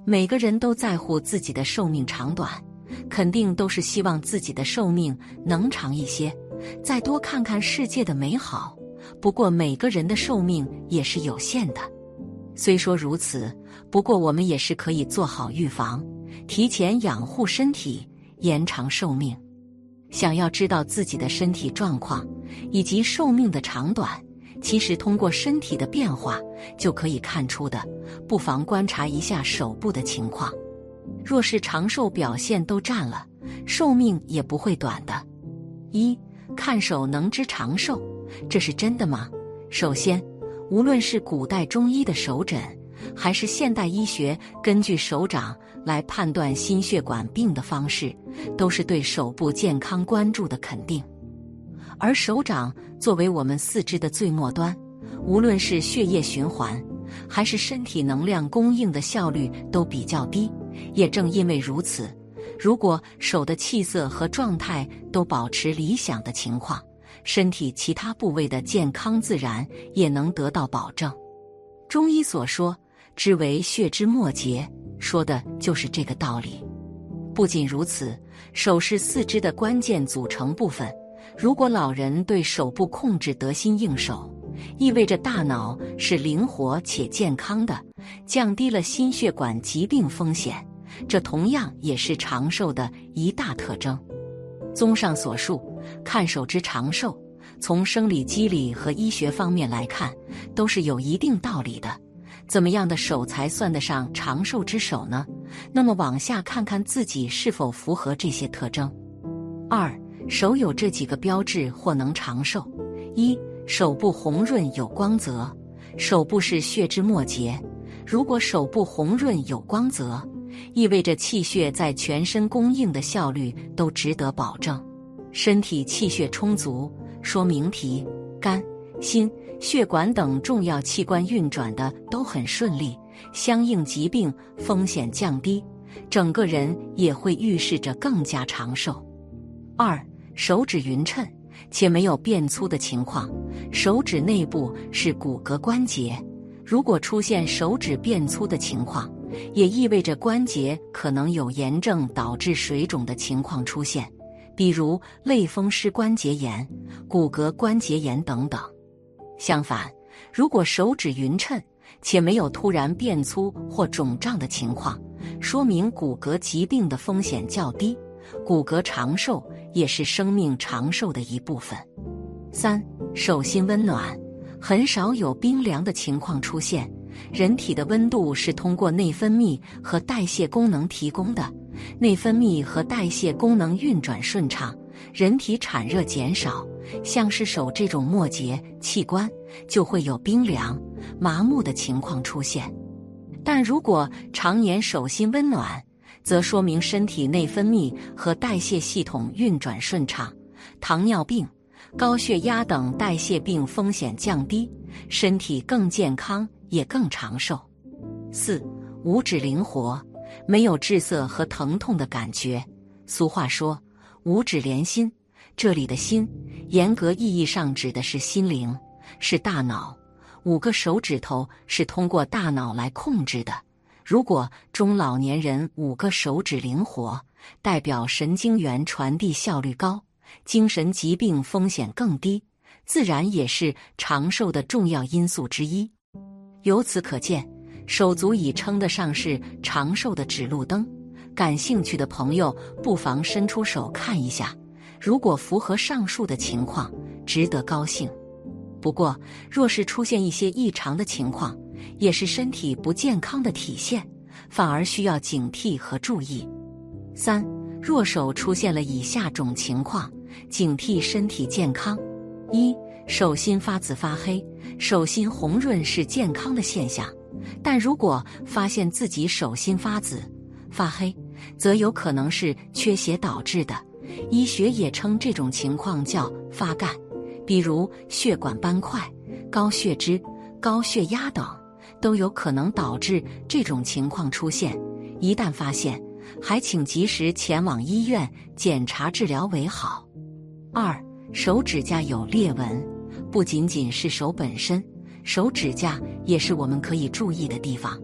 每个人都在乎自己的寿命长短，肯定都是希望自己的寿命能长一些，再多看看世界的美好。不过每个人的寿命也是有限的。虽说如此，不过我们也是可以做好预防，提前养护身体，延长寿命。想要知道自己的身体状况以及寿命的长短，其实通过身体的变化就可以看出的，不妨观察一下手部的情况。若是长寿表现都占了，寿命也不会短的。一，看手能知长寿，这是真的吗？首先，无论是古代中医的手诊，还是现代医学根据手掌来判断心血管病的方式，都是对手部健康关注的肯定。而手掌作为我们四肢的最末端，无论是血液循环，还是身体能量供应的效率都比较低。也正因为如此，如果手的气色和状态都保持理想的情况，身体其他部位的健康自然也能得到保证。中医所说知为血之末节，说的就是这个道理。不仅如此，手是四肢的关键组成部分，如果老人对手部控制得心应手，意味着大脑是灵活且健康的，降低了心血管疾病风险，这同样也是长寿的一大特征。综上所述，看手知长寿，从生理机理和医学方面来看，都是有一定道理的。怎么样的手才算得上长寿之手呢？那么往下看看自己是否符合这些特征。二，手有这几个标志或能长寿。一，手部红润有光泽。手部是血之末节，如果手部红润有光泽，意味着气血在全身供应的效率都值得保证。身体气血充足，说明脾、肝、心、血管等重要器官运转的都很顺利，相应疾病风险降低，整个人也会预示着更加长寿。二，手指匀称且没有变粗的情况。手指内部是骨骼关节，如果出现手指变粗的情况，也意味着关节可能有炎症导致水肿的情况出现，比如类风湿关节炎、骨骼关节炎等等。相反，如果手指匀称且没有突然变粗或肿胀的情况，说明骨骼疾病的风险较低，骨骼长寿也是生命长寿的一部分。三，手心温暖，很少有冰凉的情况出现。人体的温度是通过内分泌和代谢功能提供的，内分泌和代谢功能运转顺畅，人体产热减少，像是手这种末节器官就会有冰凉、麻木的情况出现。但如果常年手心温暖，则说明身体内分泌和代谢系统运转顺畅，糖尿病、高血压等代谢病风险降低，身体更健康也更长寿。四，五指灵活，没有滞涩和疼痛的感觉。俗话说五指连心，这里的心严格意义上指的是心灵，是大脑。5个手指头是通过大脑来控制的。如果中老年人5个手指灵活，代表神经元传递效率高，精神疾病风险更低，自然也是长寿的重要因素之一。由此可见，手足以称得上是长寿的指路灯。感兴趣的朋友不妨伸出手看一下，如果符合上述的情况，值得高兴。不过，若是出现一些异常的情况，也是身体不健康的体现，反而需要警惕和注意。三，若手出现了以下种情况，警惕身体健康。一，手心发紫发黑，手心红润是健康的现象，但如果发现自己手心发紫、发黑，则有可能是缺血导致的。医学也称这种情况叫发干，比如血管斑块、高血脂、高血压等，都有可能导致这种情况出现。一旦发现，还请及时前往医院检查治疗为好。二，手指甲有裂纹，不仅仅是手本身，手指甲也是我们可以注意的地方。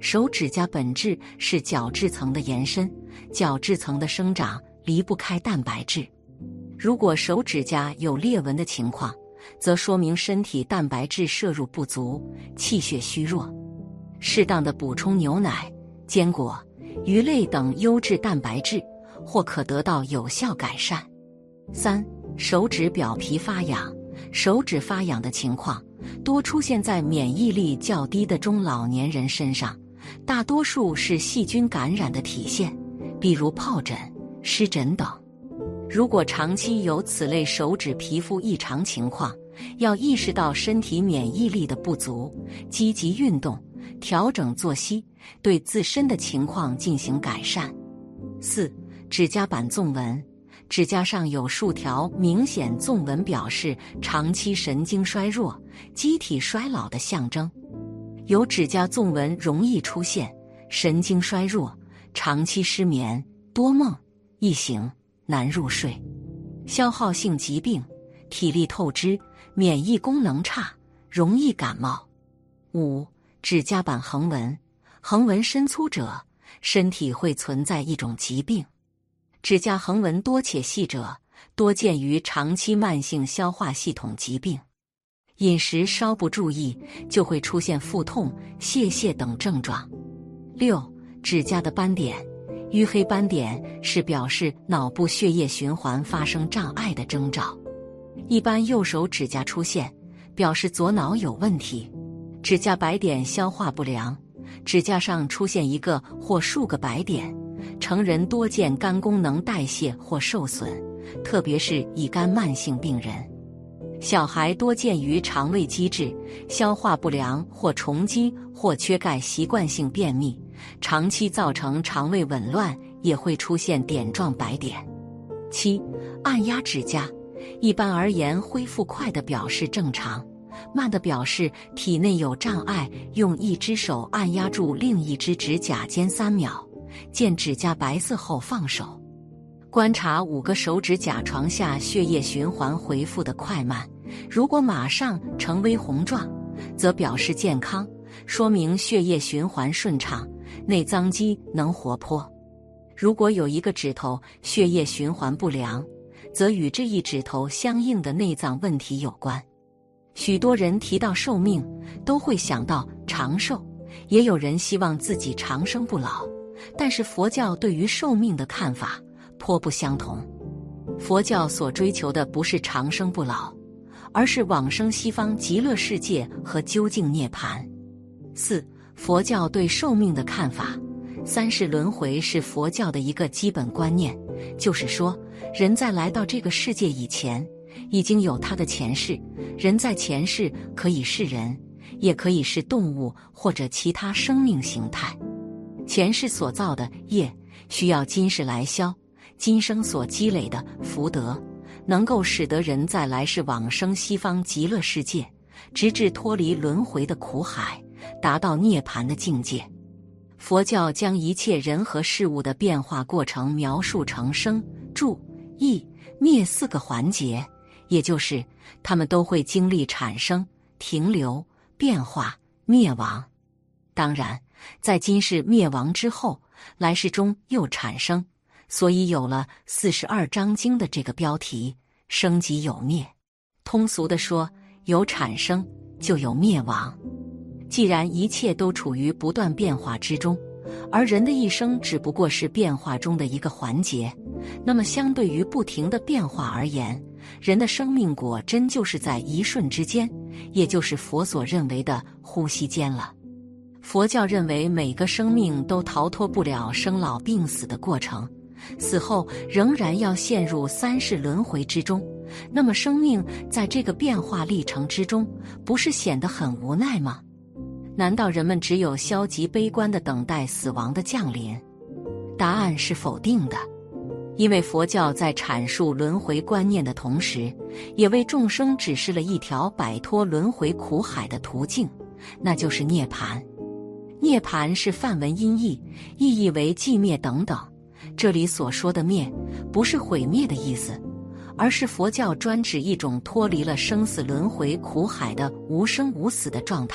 手指甲本质是角质层的延伸，角质层的生长离不开蛋白质。如果手指甲有裂纹的情况，则说明身体蛋白质摄入不足，气血虚弱。适当的补充牛奶、坚果、鱼类等优质蛋白质，或可得到有效改善。3. 手指表皮发痒。手指发痒的情况多出现在免疫力较低的中老年人身上，大多数是细菌感染的体现，比如疱疹、湿疹等。如果长期有此类手指皮肤异常情况，要意识到身体免疫力的不足，积极运动，调整作息，对自身的情况进行改善。4. 指甲板纵纹。指甲上有数条明显纵纹，表示长期神经衰弱、机体衰老的象征。有指甲纵纹容易出现神经衰弱、长期失眠、多梦、易醒、难入睡、消耗性疾病、体力透支、免疫功能差，容易感冒。5. 指甲板横纹。横纹深粗者，身体会存在一种疾病。指甲横纹多且细者，多见于长期慢性消化系统疾病。饮食稍不注意，就会出现腹痛、泄泻等症状。6. 指甲的斑点。淤黑斑点是表示脑部血液循环发生障碍的征兆，一般右手指甲出现，表示左脑有问题。指甲白点消化不良，指甲上出现一个或数个白点，成人多见肝功能代谢或受损，特别是乙肝慢性病人。小孩多见于肠胃机制消化不良或虫积或缺钙习惯性便秘，长期造成肠胃紊乱，也会出现点状白点。7. 按压指甲。一般而言，恢复快的表示正常，慢的表示体内有障碍。用一只手按压住另一只指甲间3秒，见指甲白色后放手。观察5个手指甲床下血液循环回复的快慢，如果马上呈微红状，则表示健康，说明血液循环顺畅，内脏机能活泼。如果有一个指头血液循环不良，则与这一指头相应的内脏问题有关。许多人提到寿命，都会想到长寿，也有人希望自己长生不老，但是佛教对于寿命的看法颇不相同。佛教所追求的不是长生不老，而是往生西方极乐世界和究竟涅槃。4. 佛教对寿命的看法。3世轮回是佛教的一个基本观念，就是说，人在来到这个世界以前，已经有他的前世。人在前世可以是人，也可以是动物或者其他生命形态。前世所造的业，需要今世来消，今生所积累的福德，能够使得人在来世往生西方极乐世界，直至脱离轮回的苦海，达到涅槃的境界。佛教将一切人和事物的变化过程描述成生、住、异、灭4个环节，也就是他们都会经历产生、停留、变化、灭亡。当然，在今世灭亡之后，来世中又产生，所以有了42章经的这个标题，生即有灭。通俗地说，有产生就有灭亡。既然一切都处于不断变化之中，而人的一生只不过是变化中的一个环节，那么相对于不停的变化而言，人的生命果真就是在一瞬之间，也就是佛所认为的呼吸间了。佛教认为每个生命都逃脱不了生老病死的过程，死后仍然要陷入3世轮回之中。那么生命在这个变化历程之中，不是显得很无奈吗？难道人们只有消极悲观地等待死亡的降临？答案是否定的。因为佛教在阐述轮回观念的同时，也为众生指示了一条摆脱轮回苦海的途径，那就是涅槃。涅槃是梵文音译，意义为寂灭等等。这里所说的灭，不是毁灭的意思，而是佛教专指一种脱离了生死轮回苦海的无生无死的状态，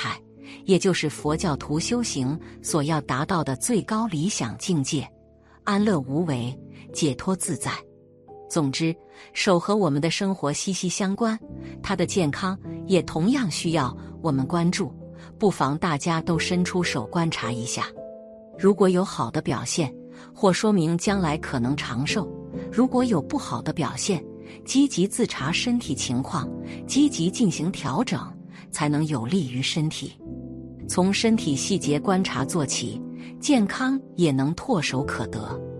也就是佛教徒修行所要达到的最高理想境界：安乐无为，解脱自在。总之，手和我们的生活息息相关，它的健康也同样需要我们关注，不妨大家都伸出手观察一下。如果有好的表现，或说明将来可能长寿；如果有不好的表现，积极自查身体情况，积极进行调整，才能有利于身体。从身体细节观察做起，健康也能唾手可得。